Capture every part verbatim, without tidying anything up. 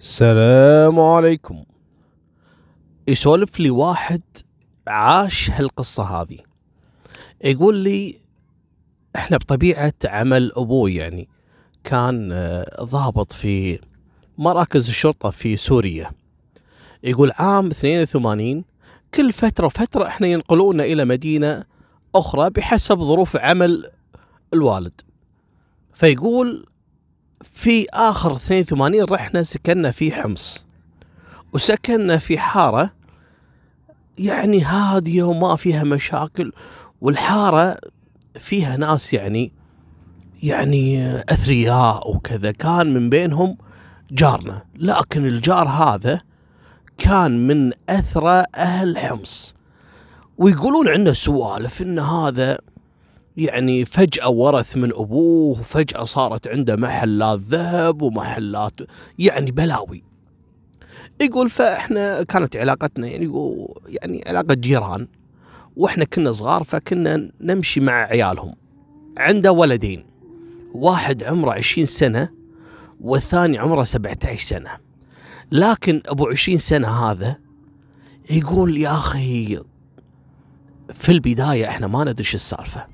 السلام عليكم. يسولف لي واحد عاش هالقصة هذه، يقول لي احنا بطبيعة عمل ابوي يعني كان آه، ضابط في مراكز الشرطة في سوريا. يقول عام اثنين وثمانين كل فترة فترة احنا ينقلونا الى مدينة اخرى بحسب ظروف عمل الوالد. فيقول في اخر اثنين وثمانين رحنا سكننا في حمص، وسكننا في حارة يعني هادية وما فيها مشاكل، والحارة فيها ناس يعني يعني أثرياء وكذا. كان من بينهم جارنا، لكن الجار هذا كان من أثرى أهل حمص. ويقولون عنده سوالف إن هذا يعني فجأة ورث من أبوه، وفجأة صارت عنده محلات ذهب ومحلات يعني بلاوي. يقول فاحنا كانت علاقتنا يعني يعني علاقة جيران، واحنا كنا صغار فكنا نمشي مع عيالهم. عنده ولدين، واحد عمره عشرين سنة والثاني عمره سبعة عشر سنة. لكن ابو عشرين سنة هذا يقول يا اخي في البداية احنا ما ندري شو السالفة،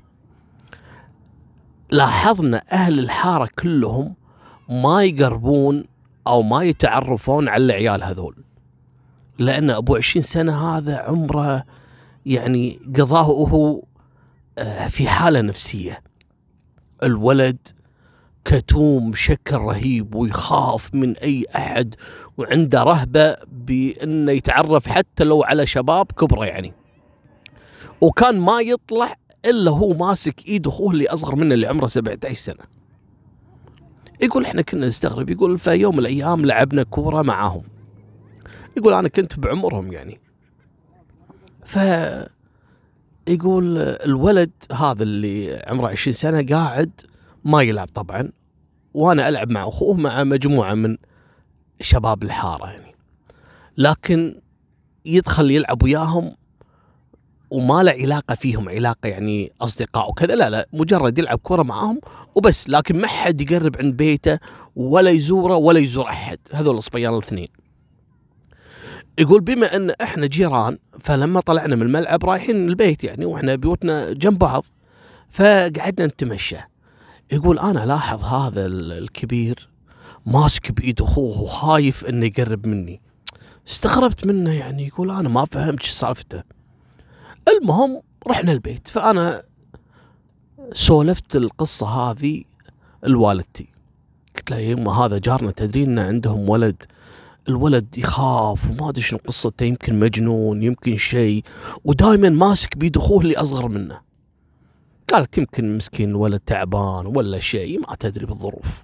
لاحظنا اهل الحارة كلهم ما يقربون او ما يتعرفون على العيال هذول، لان ابو عشرين سنة هذا عمره يعني قضاه وهو في حالة نفسية. الولد كتوم بشكل رهيب ويخاف من أي أحد، وعنده رهبة بأنه يتعرف حتى لو على شباب كبره يعني. وكان ما يطلع إلا هو ماسك إيد أخوه اللي أصغر منه اللي عمره سبعة عشر سنة. يقول إحنا كنا نستغرب، يقول في يوم من الأيام لعبنا كورة معاهم. يقول أنا كنت بعمرهم يعني. ف يقول الولد هذا اللي عمره عشرين سنة قاعد ما يلعب طبعا، وأنا ألعب مع أخوه مع مجموعة من شباب الحارة يعني، لكن يدخل يلعب وياهم وما له علاقة فيهم، علاقة يعني أصدقاء وكذا، لا لا مجرد يلعب كرة معاهم وبس، لكن ما حد يقرب عند بيته ولا يزوره ولا يزور أحد. هذول الصبيان الاثنين. يقول بما أن إحنا جيران، فلما طلعنا من الملعب رايحين البيت يعني، وإحنا بيوتنا جنب بعض، فقعدنا نتمشى. يقول أنا لاحظ هذا الكبير ماسك بإيد أخوه وخايف إنه يقرب مني. استغربت منه يعني، يقول أنا ما فهمت شو سالفته. المهم رحنا البيت، فأنا سولفت القصة هذه لوالدتي، قلت لها يما هذا جارنا تدرين إن عندهم ولد، الولد يخاف وما أدري شنو قصته، يمكن مجنون يمكن شيء، ودائما ماسك بيد أخوه اللي أصغر منه. قالت يمكن مسكين الولد تعبان ولا شيء، ما تدري بالظروف.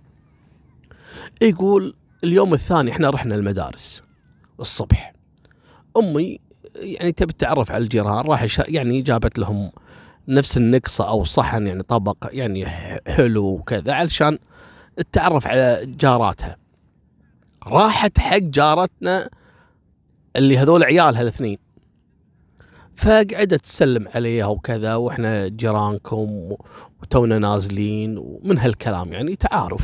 يقول اليوم الثاني احنا رحنا المدارس الصبح، أمي يعني تبي تتعرف على الجيران، راح يعني جابت لهم نفس النقصة أو صحن يعني طبق يعني حلو وكذا علشان تتعرف على جاراتها. راحت حق جارتنا اللي هذول عيالها الاثنين، فقعدت تسلم عليها وكذا، واحنا جيرانكم وتونا نازلين ومن هالكلام يعني تعارف.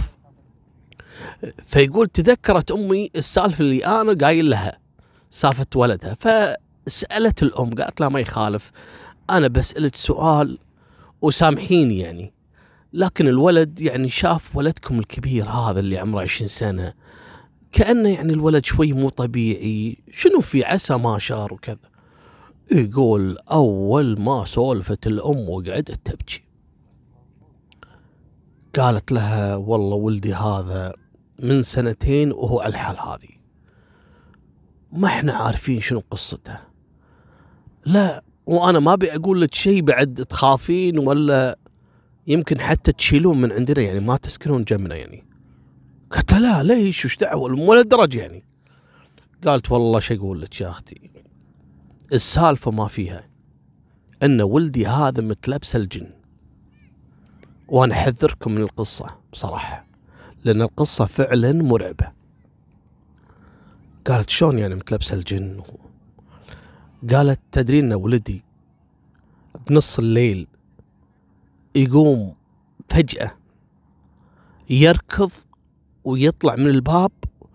فيقول تذكرت أمي السالفة اللي أنا قايل لها، سالفة ولدها. فسألت الأم قالت لا ما يخالف، أنا بسألت سؤال وسامحيني يعني، لكن الولد يعني شاف ولدكم الكبير هذا اللي عمره عشرين سنة كأنه يعني الولد شوي مو طبيعي، شنو في عسى ما شار وكذا. يقول أول ما سولفت الأم وقعدت تبكي، قالت لها والله ولدي هذا من سنتين وهو على الحال هذه، ما احنا عارفين شنو قصته. لا وأنا ما أبي أقول لك شيء بعد تخافين ولا يمكن حتى تشيلون من عندنا يعني ما تسكنون جنبنا يعني. قالت لا ليش وش دعوة ولا الدرج يعني. قالت والله شو أقول لك يا أختي، السالفة ما فيها أن ولدي هذا متلبس الجن، وأنا أحذركم من القصة بصراحة لأن القصة فعلا مرعبة. قالت شلون يعني متلبس الجن؟ قالت تدرين أن ولدي بنص الليل يقوم فجأة يركض ويطلع من الباب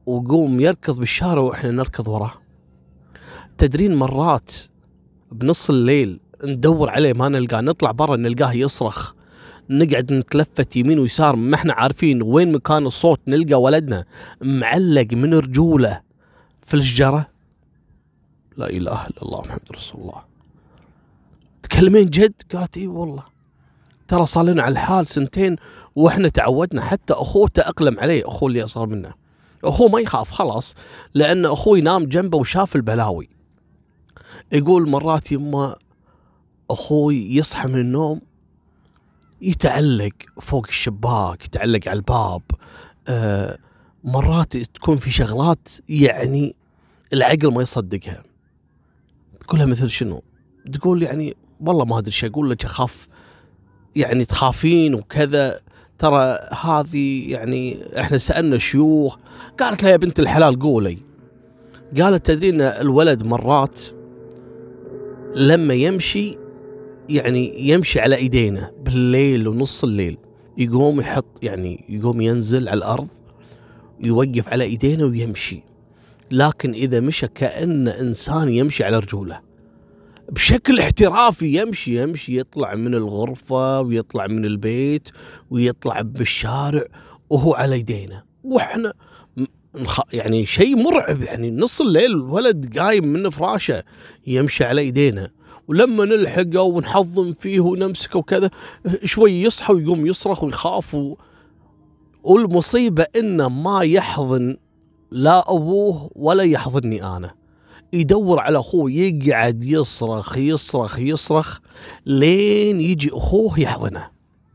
وقوم يركض بالشارع وإحنا نركض وراه. تدرين مرات بنص الليل ندور عليه ما نلقاه، نطلع برا نلقاه يصرخ، نقعد نتلفت يمين ويسار ما احنا عارفين وين مكان الصوت، نلقى ولدنا معلق من رجوله في الشجرة. لا إله إلا الله محمد رسول الله. تكلمين جد؟ قالت اي والله، ترى صار لنا على الحال سنتين واحنا تعودنا، حتى اخوه تأقلم عليه، اخوه اللي اصغر منه، اخوه ما يخاف خلاص لان اخوه ينام جنبه وشاف البلاوي. يقول مرات يما اخوي يصحى من النوم يتعلق فوق الشباك، يتعلق على الباب، آه مرات تكون في شغلات يعني العقل ما يصدقها. تقولها مثل شنو؟ تقول يعني والله ما ادري ايش اقول لك، اخاف يعني تخافين وكذا، ترى هذه يعني احنا سألنا شيوخ. قالت لها يا بنت الحلال قولي. قالت تدرين الولد مرات لما يمشي يعني يمشي على ايدينا بالليل ونص الليل، يقوم يحط يعني يقوم ينزل على الارض يوقف على ايدينا ويمشي، لكن اذا مشى كأن انسان يمشي على رجوله بشكل احترافي، يمشي يمشي يطلع من الغرفة ويطلع من البيت ويطلع بالشارع وهو على يدينا، واحنا يعني شيء مرعب. يعني نص الليل الولد قايم من فراشه يمشي على يدينا، ولما نلحقه ونحضن فيه ونمسكه وكذا شوي يصحى ويقوم يصرخ ويخاف و... والمصيبة إنه ما يحضن لا أبوه ولا يحضني أنا، يدور على أخوه، يقعد يصرخ يصرخ يصرخ لين يجي أخوه يحضنه.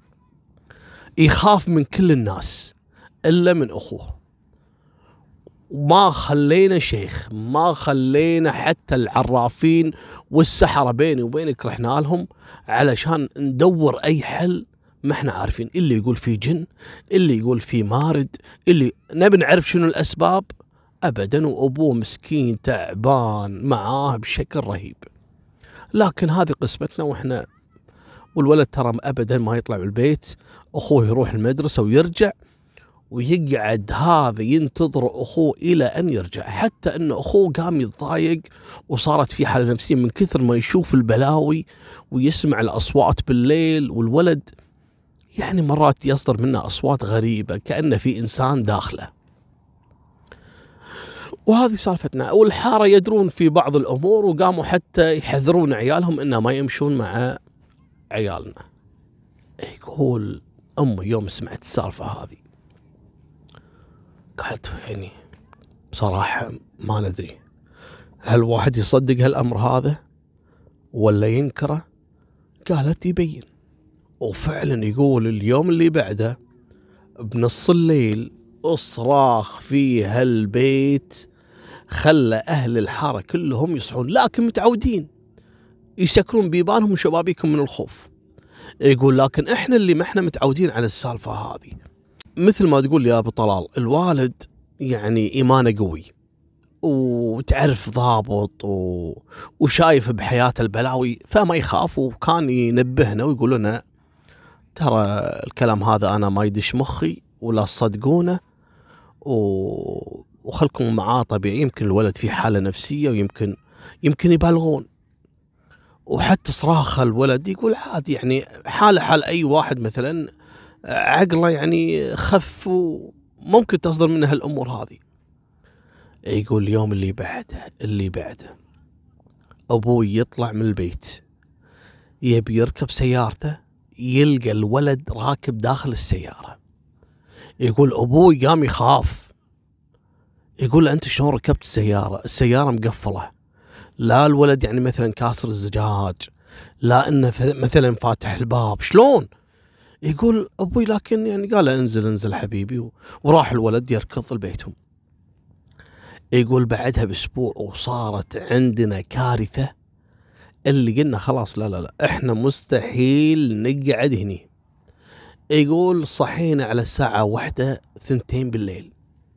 يخاف من كل الناس إلا من أخوه. ما خلينا شيخ، ما خلينا حتى العرافين والسحرة بيني وبينك رحنا لهم علشان ندور أي حل، ما احنا عارفين. اللي يقول في جن، اللي يقول في مارد، اللي نبي نعرف شنو الأسباب. أبدا، وأبوه مسكين تعبان معاه بشكل رهيب. لكن هذه قسمتنا وإحنا. والولد ترى أبدا ما يطلع من البيت، أخوه يروح المدرسة ويرجع ويقعد هذا ينتظر أخوه إلى أن يرجع، حتى أن أخوه قام يتضايق وصارت في حالة نفسية من كثر ما يشوف البلاوي ويسمع الأصوات بالليل. والولد يعني مرات يصدر منه أصوات غريبة كأن في إنسان داخله. وهذه سالفتنا. والحارة يدرون في بعض الأمور وقاموا حتى يحذرون عيالهم إنه ما يمشون مع عيالنا. يقول أمي يوم سمعت السالفة هذه قالت يعني بصراحة ما ندري هل واحد يصدق هالأمر هذا ولا ينكره. قالت يبين. وفعلا يقول اليوم اللي بعده بنص الليل اصراخ في هالبيت خلى أهل الحارة كلهم يصحون، لكن متعودين يسكرون بيبانهم وشبابيكهم من الخوف. يقول لكن إحنا اللي ما إحنا متعودين على السالفة هذه. مثل ما تقول يا أبو طلال، الوالد يعني إيمانه قوي وتعرف ضابط و... وشايف بحياة البلاوي، فما يخاف. وكان ينبهنا ويقول لنا ترى الكلام هذا أنا ما يدش مخي ولا تصدقونه و... وخلكم معاه طبيعي، يمكن الولد في حالة نفسية ويمكن يمكن يبالغون. وحتى صراخ الولد يقول عادي، يعني حالة حال أي واحد مثلا عقله يعني خف وممكن تصدر منه الأمور هذه. يقول اليوم اللي بعده اللي بعده أبوي يطلع من البيت يبي يركب سيارته، يلقى الولد راكب داخل السيارة. يقول أبوي قام يخاف، يقول أنت شلون ركبت السيارة؟ السيارة مقفلة، لا الولد يعني مثلا كاسر الزجاج، لا إنه مثلا فاتح الباب، شلون؟ يقول أبوي لكن يعني قال انزل انزل حبيبي، وراح الولد يركض لبيتهم. يقول بعدها بأسبوع وصارت عندنا كارثة، اللي قلنا خلاص لا لا لا احنا مستحيل نقعد هني. يقول صحينا على الساعة واحدة ثنتين بالليل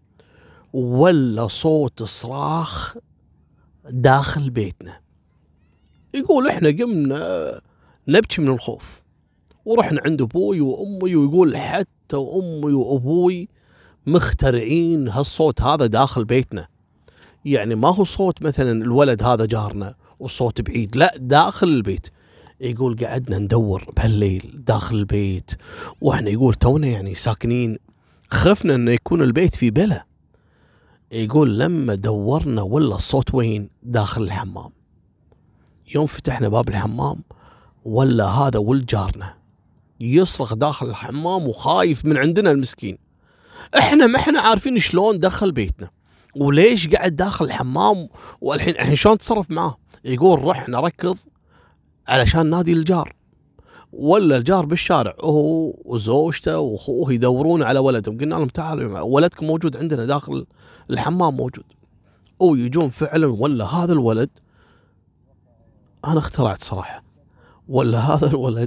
ولا صوت صراخ داخل بيتنا. يقول احنا قمنا نبكي من الخوف ورحنا عند ابوي وامي، ويقول حتى امي وابوي مخترعين هالصوت هذا داخل بيتنا. يعني ما هو صوت مثلا الولد هذا جارنا والصوت بعيد، لا داخل البيت. يقول قعدنا ندور بهالليل داخل البيت، واحنا يقول تونا يعني ساكنين، خفنا انه يكون البيت في بلا. يقول لما دورنا ولا الصوت وين؟ داخل الحمام. يوم فتحنا باب الحمام ولا هذا ولد جارنا يصرخ داخل الحمام وخايف من عندنا المسكين. احنا ما احنا عارفين شلون دخل بيتنا وليش قاعد داخل الحمام، والحين الحين شلون نتصرف معاه. يقول رحنا ركض علشان نادي الجار، ولا الجار بالشارع هو وزوجته واخوه يدورون على ولدهم. قلنا لهم تعالوا ولدكم موجود عندنا داخل الحمام موجود. ويجون فعلا ولا هذا الولد، انا اخترعت صراحة، ولا هذا الولد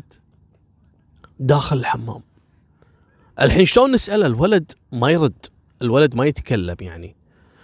داخل الحمام. الحين شلون نسأله؟ الولد ما يرد، الولد ما يتكلم يعني.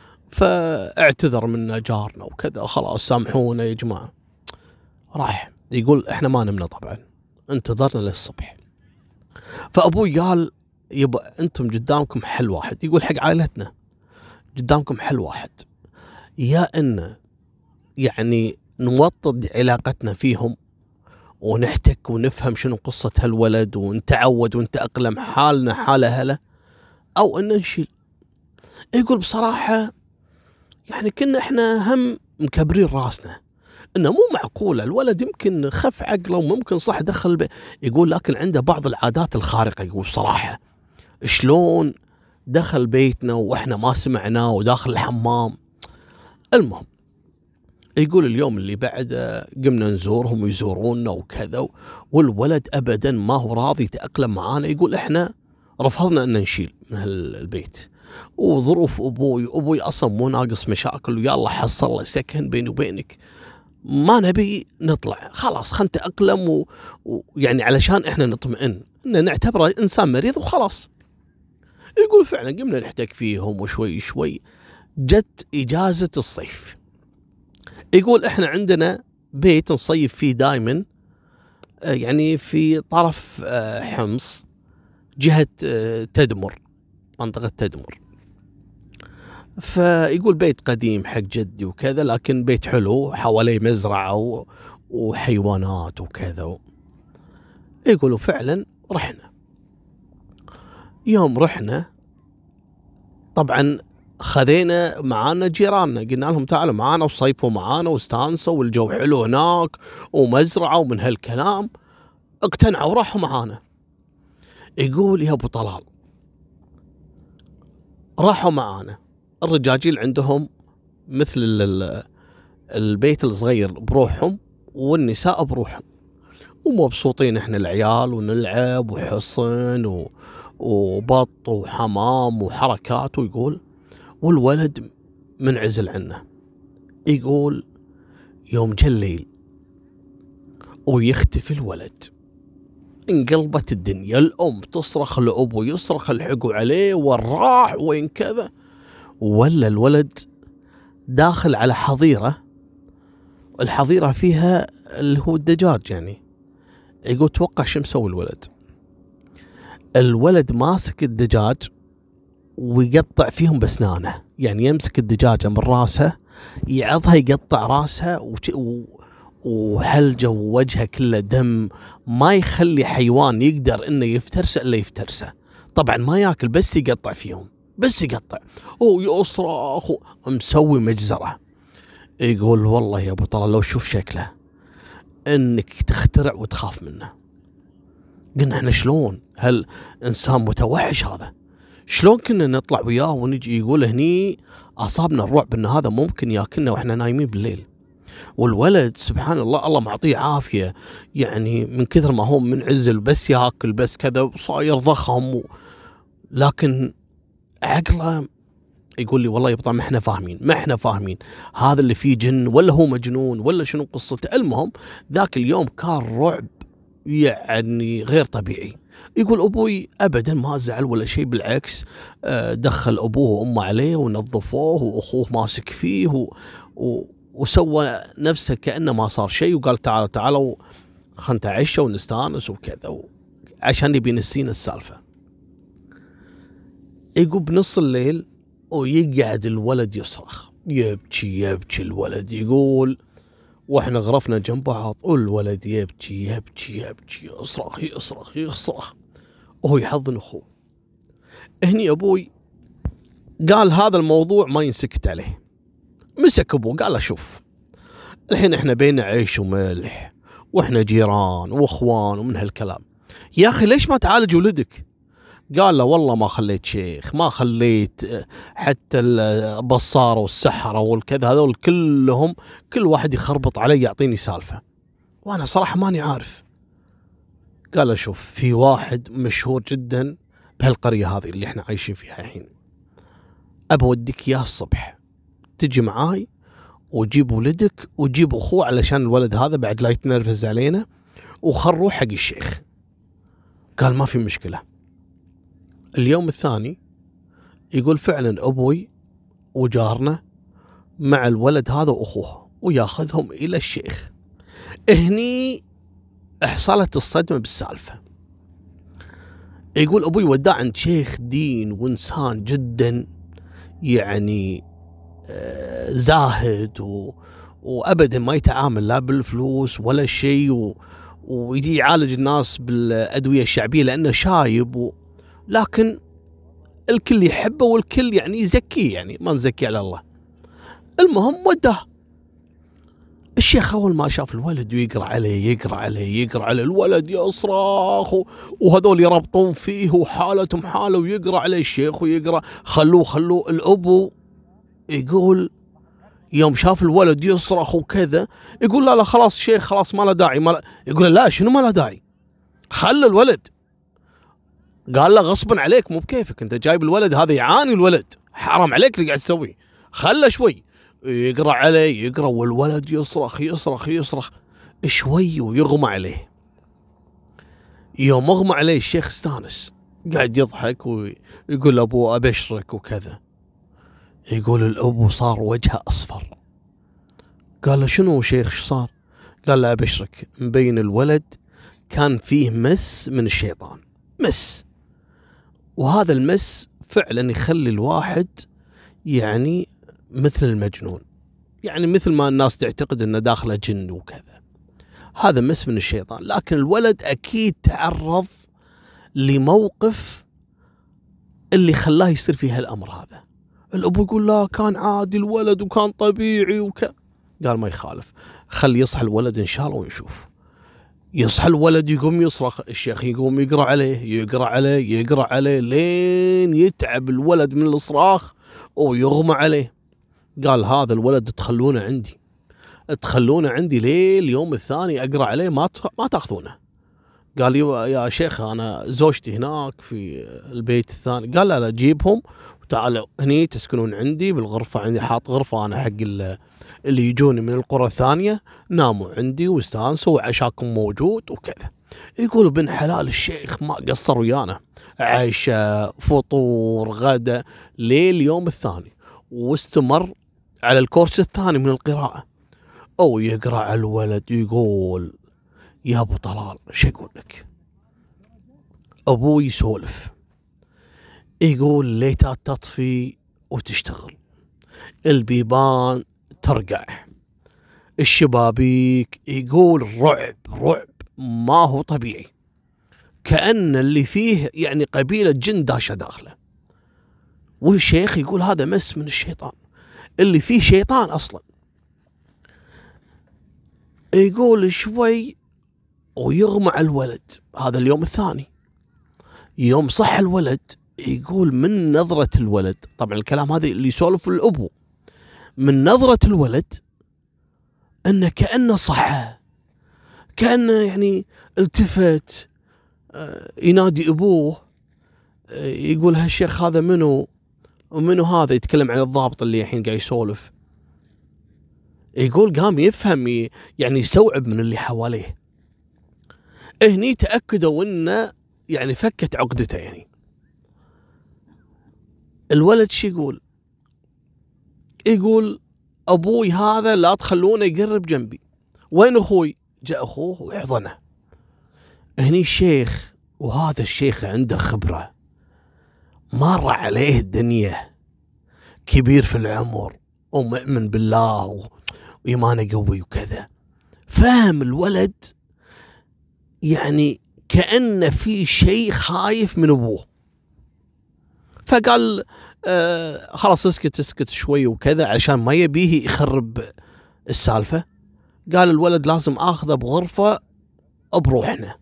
فاعتذر منا جارنا وكذا، خلاص سامحونا يا جماعة. راح يقول احنا ما نمنا طبعا، انتظرنا للصبح. فابوي قال يبا انتم قدامكم حل واحد، يقول حق عائلتنا قدامكم حل واحد، يا ان يعني نوطد علاقتنا فيهم ونحتك ونفهم شنو قصة هالولد ونتعود ونتأقلم حالنا حال أهله، أو أن نشيل. يقول بصراحة يعني كنا إحنا هم مكبرين راسنا إنه مو معقولة الولد يمكن خف عقله وممكن صح دخل بي. يقول لكن عنده بعض العادات الخارقة. يقول صراحة شلون دخل بيتنا وإحنا ما سمعناه وداخل الحمام. المهم يقول اليوم اللي بعده قمنا نزورهم ويزوروننا وكذا، والولد أبدا ما هو راضي يتأقلم معانا. يقول إحنا رفضنا أن نشيل من البيت، وظروف أبوي أبوي أصلا مو ناقص مشاكل، ويلا حصل له سكن بيني وبينك، ما نبي نطلع خلاص خلنا نتأقلم، ويعني علشان إحنا نطمئن إن نعتبره إنسان مريض وخلاص. يقول فعلا قمنا نحتك فيهم وشوي شوي جت إجازة الصيف. يقول احنا عندنا بيت نصيف فيه دائما، يعني في طرف حمص جهة تدمر، منطقة تدمر. فيقول بيت قديم حق جدي وكذا، لكن بيت حلو حواليه مزرعة وحيوانات وكذا. يقولوا فعلا رحنا. يوم رحنا طبعا خذينا معانا جيراننا، قلنا لهم تعالوا معانا وصيفوا معانا واستانسوا والجو حلو هناك ومزرعة ومن هالكلام. اقتنعوا وراحوا معانا. يقول يا ابو طلال راحوا معانا الرجاجيل عندهم مثل البيت الصغير بروحهم والنساء بروحهم، ومبسوطين احنا العيال ونلعب وحصن و... وبط وحمام وحركات. ويقول والولد منعزل عنه. يقول يوم جاء الليل ويختفي الولد انقلبت الدنيا، الأم تصرخ لأبو يصرخ الحقوا عليه والراح وين كذا. ولا الولد داخل على حظيرة، الحظيرة فيها اللي هو الدجاج يعني. يقول توقع شو مسوي الولد؟ الولد ماسك الدجاج ويقطع فيهم بسنانه، يعني يمسك الدجاجة من راسها يعضها يقطع راسها وحلجه ووجهه كله دم، ما يخلي حيوان يقدر انه يفترسه الا يفترسه. طبعا ما ياكل بس يقطع فيهم، بس يقطع ويصرخ مسوي مجزرة. يقول والله يا ابو طلال لو شوف شكله انك تخترع وتخاف منه. قلنا احنا شلون هل انسان متوحش هذا، شلون كنا نطلع وياه ونجي؟ يقول هني اصابنا الرعب ان هذا ممكن ياكلنا واحنا نايمين بالليل. والولد سبحان الله الله معطيه عافيه، يعني من كثر ما هو منعزل بس ياكل بس كذا صاير ضخم و... لكن عقله يقول لي والله يبطل ما احنا فاهمين ما احنا فاهمين هذا اللي فيه جن ولا هو مجنون ولا شنو قصته. المهم ذاك اليوم كان رعب يعني غير طبيعي. يقول أبوي أبدا ما زعل ولا شيء، بالعكس دخل أبوه وأمه عليه ونظفوه وأخوه ماسك فيه و... و... وسوى نفسه كأنه ما صار شيء، وقال تعالوا تعالوا خلنا نتعشى ونستانس وكذا و... عشان يبي ينسينا السالفة. يقول بنص الليل ويقعد الولد يصرخ، يبكي يبكي الولد. يقول واحنا غرفنا جنب بعض والولد يبكي يبكي يبكي يصرخ يصرخ يصرخ وهو يحضن اخوه. هني ابوي قال هذا الموضوع ما ينسكت عليه. مسك ابوه قال له شوف الحين احنا بينا عيش وملح واحنا جيران واخوان ومن هالكلام، يا اخي ليش ما تعالج ولدك؟ قال له والله ما خليت شيخ، ما خليت حتى البصارة والسحرة والكذا هذول كلهم كل واحد يخربط علي يعطيني سالفة وانا صراحة ماني عارف. قال له شوف في واحد مشهور جدا بهالقرية هذه اللي احنا عايشين فيها الحين، ابى اوديك اياه الصبح تجي معاي وجيب ولدك وجيب اخوه علشان الولد هذا بعد لا يتنرفز علينا، وخل روح حق الشيخ. قال ما في مشكلة. اليوم الثاني يقول فعلا ابوي وجارنا مع الولد هذا واخوه وياخذهم الى الشيخ. هني حصلت الصدمة بالسالفة. يقول ابوي وداه عند شيخ دين وانسان جدا يعني زاهد و... وابدا ما يتعامل لا بالفلوس ولا شيء، و... ويجي يعالج الناس بالادويه الشعبيه لانه شايب، و... لكن الكل يحبه والكل يعني يزكيه، يعني ما نزكي على الله. المهم وداه الشيخ. اول ما شاف الولد ويقرا عليه يقرا عليه يقرا عليه الولد يصرخ، وهذول يربطون فيه وحالتهم حاله، ويقرا عليه الشيخ ويقرا خلوه خلوه. الابو يقول يوم شاف الولد يصرخ وكذا يقول لا لا خلاص شيخ خلاص ما له داعي ما لا. يقول لا شنو ما له داعي، خلى الولد. قال له غصبا عليك مو بكيفك، انت جايب الولد هذا يعاني، الولد حرام عليك اللي قاعد تسويه، خله شوي. يقرا عليه يقرا والولد يصرخ يصرخ يصرخ شوي ويغمى عليه. يوم اغمى عليه الشيخ استانس، قاعد يضحك ويقول ابوه ابشرك وكذا. يقول الابو صار وجهه اصفر. قال له شنو شيخ ايش صار؟ قال له ابشرك مبين الولد كان فيه مس من الشيطان، مس، وهذا المس فعلا يخلي الواحد يعني مثل المجنون، يعني مثل ما الناس تعتقد انه داخله جن وكذا. هذا مس من الشيطان، لكن الولد اكيد تعرض لموقف اللي خلاه يصير فيه هالامر هذا. الابو يقول لا كان عادي الولد وكان طبيعي وك... قال ما يخالف، خلي يصحى الولد ان شاء الله ونشوف. يصحى الولد يقوم يصرخ، الشيخ يقوم يقرا عليه يقرا عليه يقرا عليه لين يتعب الولد من الصراخ ويغمى عليه. قال هذا الولد تخلونه عندي، تخلونه عندي ليل اليوم الثاني اقرا عليه ما ما تاخذونه. قال يا شيخ انا زوجتي هناك في البيت الثاني. قال لا لا جيبهم وتعالوا هني تسكنون عندي بالغرفه، عندي حاط غرفه انا حق اللي يجوني من القرى الثانيه، ناموا عندي واستانسوا وعشاكم موجود وكذا. يقول ابن حلال الشيخ ما قصر ويانا، عشاء فطور غدا ليل يوم الثاني، واستمر على الكورس الثاني من القراءه. او يقرا على الولد. يقول يا ابو طلال شو اقول لك، ابوي يسولف يقول ليتها تطفي وتشتغل، البيبان ترقع، الشبابيك يقول رعب رعب ما هو طبيعي، كأن اللي فيه يعني قبيلة جن داشة داخله. والشيخ يقول هذا مس من الشيطان، اللي فيه شيطان أصلا. يقول شوي ويغمى على الولد. هذا اليوم الثاني. يوم صح الولد يقول من نظرة الولد، طبعا الكلام هذا اللي يسولف الأبو، من نظرة الولد أنه كأنه صحى، كأنه يعني التفت ينادي أبوه. يقول هالشيخ هذا منو ومنو هذا، يتكلم عن الضابط اللي الحين قاعد يسولف. يقول قام يفهم يعني يستوعب من اللي حواليه. هني تأكدوا انه يعني فكت عقدته. يعني الولد شو يقول؟ يقول ابوي هذا لا تخلونه يقرب جنبي. وين اخوي؟ جاء اخوه وحضنه. هني الشيخ، وهذا الشيخ عنده خبرة مر عليه الدنيا، كبير في العمر ومؤمن بالله وإيمانه قوي وكذا. فهم الولد يعني كأن في شيء خايف من أبوه، فقال آه خلاص اسكت اسكت شوي وكذا عشان ما يبيه يخرب السالفة. قال الولد لازم آخذه بغرفة بروحنا.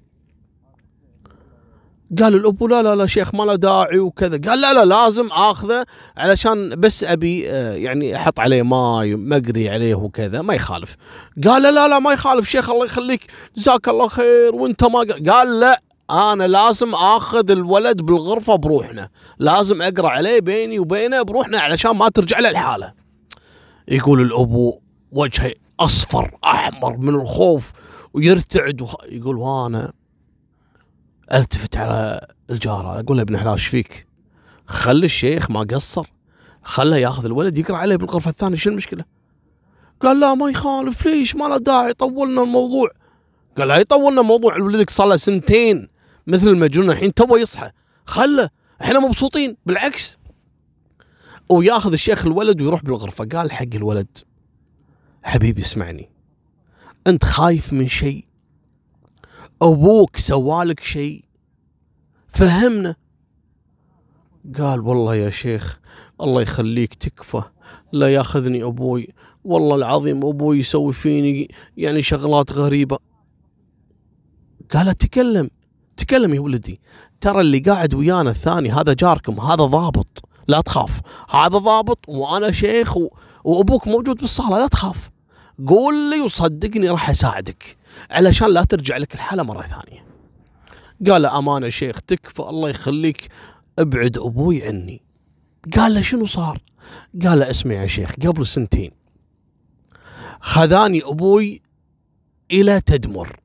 قال الأبو لا لا لا شيخ ما له داعي وكذا. قال لا لا لازم آخذه علشان بس أبي آه يعني أحط عليه ماي مقري عليه وكذا ما يخالف. قال لا لا ما يخالف شيخ الله يخليك جزاك الله خير وانت ما. قال لا أنا لازم آخذ الولد بالغرفة بروحنا، لازم أقرأ عليه بيني وبينه بروحنا علشان ما ترجع له الحالة. يقول الأبو وجهه أصفر أحمر من الخوف ويرتعد وخ... يقول وانا التفت على الجارة اقول له ابن حلال ايش فيك؟ خلي الشيخ ما قصر، خله ياخذ الولد يقرا عليه بالغرفة الثانية شو المشكلة؟ قال لا ما يخالف ليش ما له داعي طولنا الموضوع. قال لا يطولنا الموضوع ولدك صار له سنتين مثل المجنون الحين تو يصحى، خله احنا مبسوطين بالعكس. وياخذ الشيخ الولد ويروح بالغرفة. قال حق الولد حبيبي اسمعني، انت خايف من شيء، ابوك سوالك شيء فهمنا. قال والله يا شيخ الله يخليك تكفى، لا ياخذني ابوي والله العظيم ابوي يسوي فيني يعني شغلات غريبة. قال تكلم تكلم يا ولدي، ترى اللي قاعد ويانا الثاني هذا جاركم، هذا ضابط لا تخاف، هذا ضابط وانا شيخ و... وابوك موجود بالصالة لا تخاف، قول لي وصدقني راح اساعدك علشان لا ترجع لك الحالة مرة ثانية. قال له امانة شيخ تكفى الله يخليك ابعد ابوي عني. قال له شنو صار؟ قال له اسمع يا شيخ قبل سنتين خذاني ابوي الى تدمر.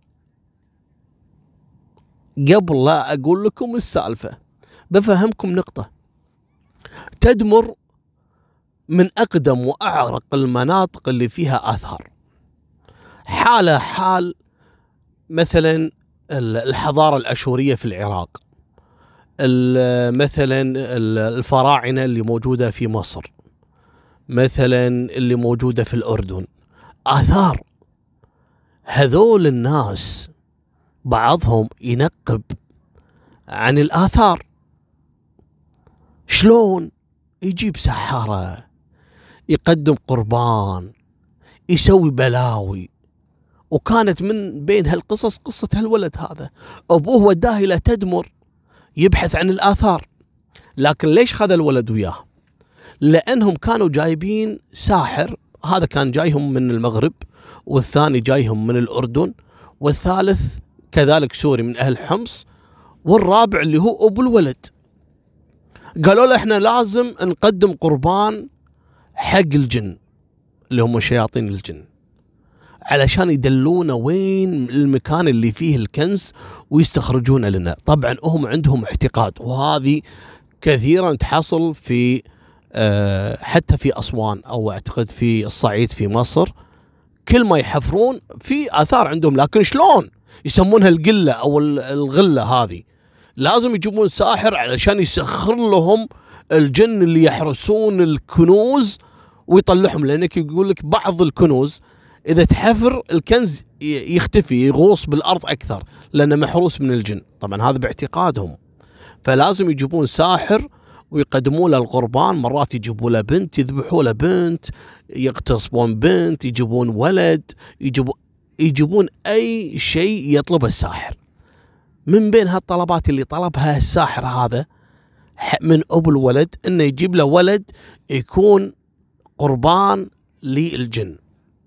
قبل لا اقول لكم السالفة بفهمكم نقطة. تدمر من اقدم واعرق المناطق اللي فيها اثار، حالة حال مثلا الحضارة الاشورية في العراق، مثلا الفراعنة اللي موجودة في مصر، مثلا اللي موجودة في الأردن، آثار. هذول الناس بعضهم ينقب عن الآثار. شلون؟ يجيب سحارة، يقدم قربان، يسوي بلاوي. وكانت من بين هالقصص قصة هالولد هذا، أبوه وداه إلى تدمر يبحث عن الآثار. لكن ليش خذ الولد وياه؟ لأنهم كانوا جايبين ساحر، هذا كان جايهم من المغرب، والثاني جايهم من الأردن، والثالث كذلك سوري من أهل حمص، والرابع اللي هو أبو الولد. قالوا له احنا لازم نقدم قربان حق الجن اللي هم شياطين الجن علشان يدلونا وين المكان اللي فيه الكنز ويستخرجونه لنا. طبعا هم عندهم اعتقاد، وهذه كثيرا تحصل في أه حتى في أسوان أو أعتقد في الصعيد في مصر، كل ما يحفرون في آثار عندهم. لكن شلون يسمونها القلة أو الغلة هذه؟ لازم يجيبون ساحر علشان يسخر لهم الجن اللي يحرسون الكنوز ويطلعهم، لأنك يقول لك بعض الكنوز إذا تحفر الكنز يختفي يغوص بالأرض أكثر لأنه محروس من الجن. طبعا هذا باعتقادهم، فلازم يجيبون ساحر ويقدموا له القربان. مرات يجيبوا له بنت، يذبحوا له بنت، يغتصبون بنت، يجيبون ولد، يجيبون يجيبون أي شيء يطلبه الساحر. من بين هالطلبات اللي طلبها الساحر هذا من أبو الولد إنه يجيب له ولد يكون قربان للجن.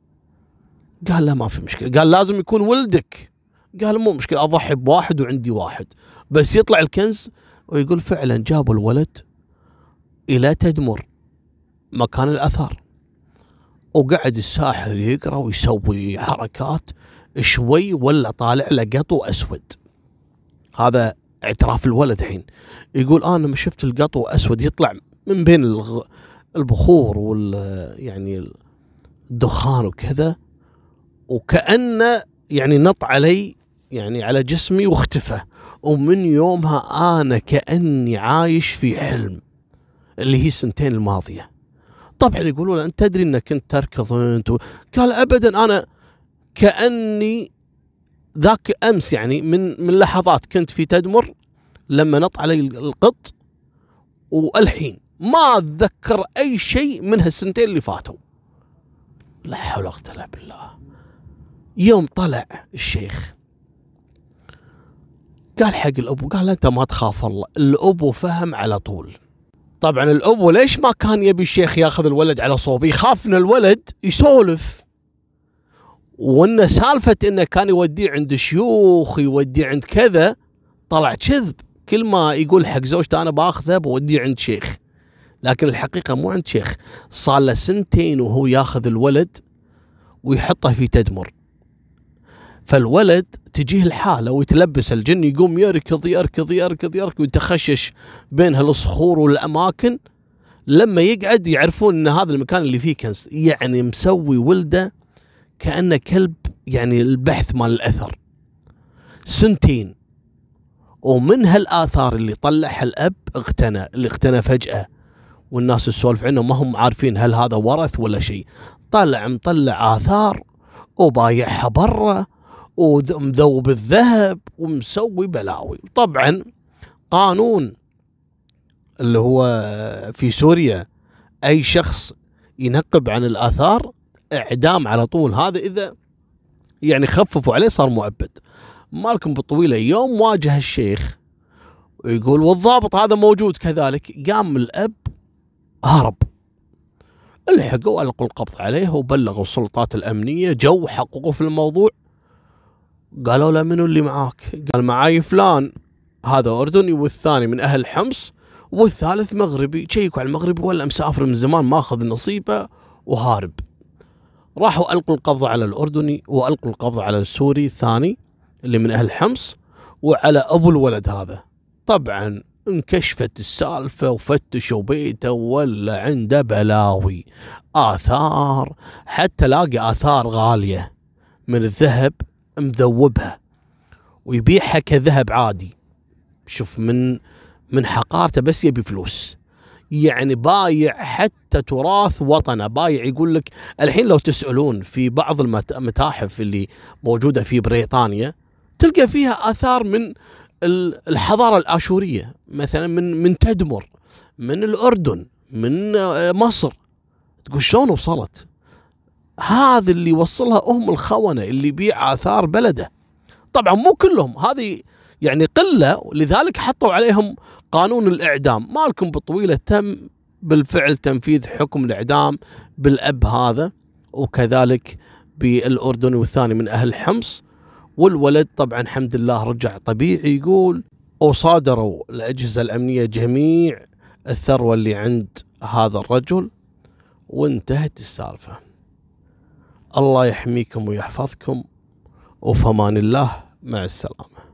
قال لا ما في مشكلة. قال لازم يكون ولدك. قال مو مشكلة، أضحي بواحد وعندي واحد بس يطلع الكنز. ويقول فعلا جابوا الولد إلى تدمر مكان الأثار، وقعد الساحر يقرأ ويسوي حركات، شوي ولا طالع له قطو أسود. هذا اعتراف الولد الحين. يقول أنا لما شفت القطو أسود يطلع من بين الغ... البخور وال يعني الدخان وكذا، وكأنه يعني نط علي يعني على جسمي واختفى، ومن يومها أنا كأني عايش في حلم اللي هي السنتين الماضية. طبعا يقولوا له أنت تدري أنك كنت تركض أنت؟ قال أبدا، أنا كأني ذاك أمس يعني من من لحظات كنت في تدمر لما نط علي القط، والحين ما أتذكر أي شيء من هالسنتين اللي فاتوا. لا حول ولا قوة إلا بالله. يوم طلع الشيخ قال حق الأبو، قال أنت ما تخاف الله. الأبو فهم على طول. طبعا الأبو ليش ما كان يبي الشيخ ياخذ الولد على صوبه؟ يخاف ان الولد يسولف، وان سالفة انه كان يوديه عند شيوخ يوديه عند كذا طلع كذب. كل ما يقول حق زوجته انا باخذه بوديه عند شيخ، لكن الحقيقة مو عند شيخ. صار له سنتين وهو ياخذ الولد ويحطه في تدمر، فالولد تجيه الحالة ويتلبس الجن، يقوم يركض يركض يركض يركض ويتخشش بين هالصخور والأماكن. لما يقعد يعرفون ان هذا المكان اللي فيه كنز. يعني مسوي ولده كأنه كلب، يعني البحث مال الأثر. سنتين، ومن هالآثار اللي طلعها الأب اغتنى، اللي اغتنى فجأة، والناس تسولف عنه ما هم عارفين هل هذا ورث ولا شيء. طلع مطلع آثار وبايعها برا ومذوب الذهب ومسوي بلاوي. طبعا قانون اللي هو في سوريا أي شخص ينقب عن الآثار إعدام على طول. هذا إذا يعني خففوا عليه صار مؤبد. مالكم بالطويلة. يوم واجه الشيخ ويقول والضابط هذا موجود كذلك، قام الأب هرب. الحقوا ألقوا القبض عليه وبلغوا السلطات الأمنية، جو حققوا في الموضوع. قالوا له منو اللي معاك؟ قال معاي فلان، هذا أردني والثاني من أهل حمص والثالث مغربي. شيكوا على المغربي ولا مسافر من زمان ماخذ نصيبه وهارب. راحوا ألقوا القبض على الأردني وألقوا القبض على السوري الثاني اللي من أهل حمص وعلى أبو الولد هذا. طبعا انكشفت السالفة وفتشوا بيته ولا عنده بلاوي، آثار، حتى لاقي آثار غالية من الذهب مذوبها ويبيعها كذهب عادي. شوف من من حقارته، بس يبي فلوس. يعني بايع حتى تراث وطنه، بايع. يقول لك الحين لو تسألون في بعض المتاحف اللي موجودة في بريطانيا تلقى فيها آثار من الحضارة الآشورية، مثلا من من تدمر، من الأردن، من مصر. تقول شلون وصلت؟ هذا اللي وصلها هم الخونة اللي يبيع آثار بلده. طبعا مو كلهم، هذه يعني قلة، لذلك حطوا عليهم قانون الإعدام. مالكم بالطويلة تم بالفعل تنفيذ حكم الإعدام بالأب هذا، وكذلك بالأردن والثاني من أهل حمص. والولد طبعا الحمد لله رجع طبيعي يقول، وصادروا الأجهزة الأمنية جميع الثروة اللي عند هذا الرجل، وانتهت السالفة. الله يحميكم ويحفظكم، وفمان الله، مع السلامة.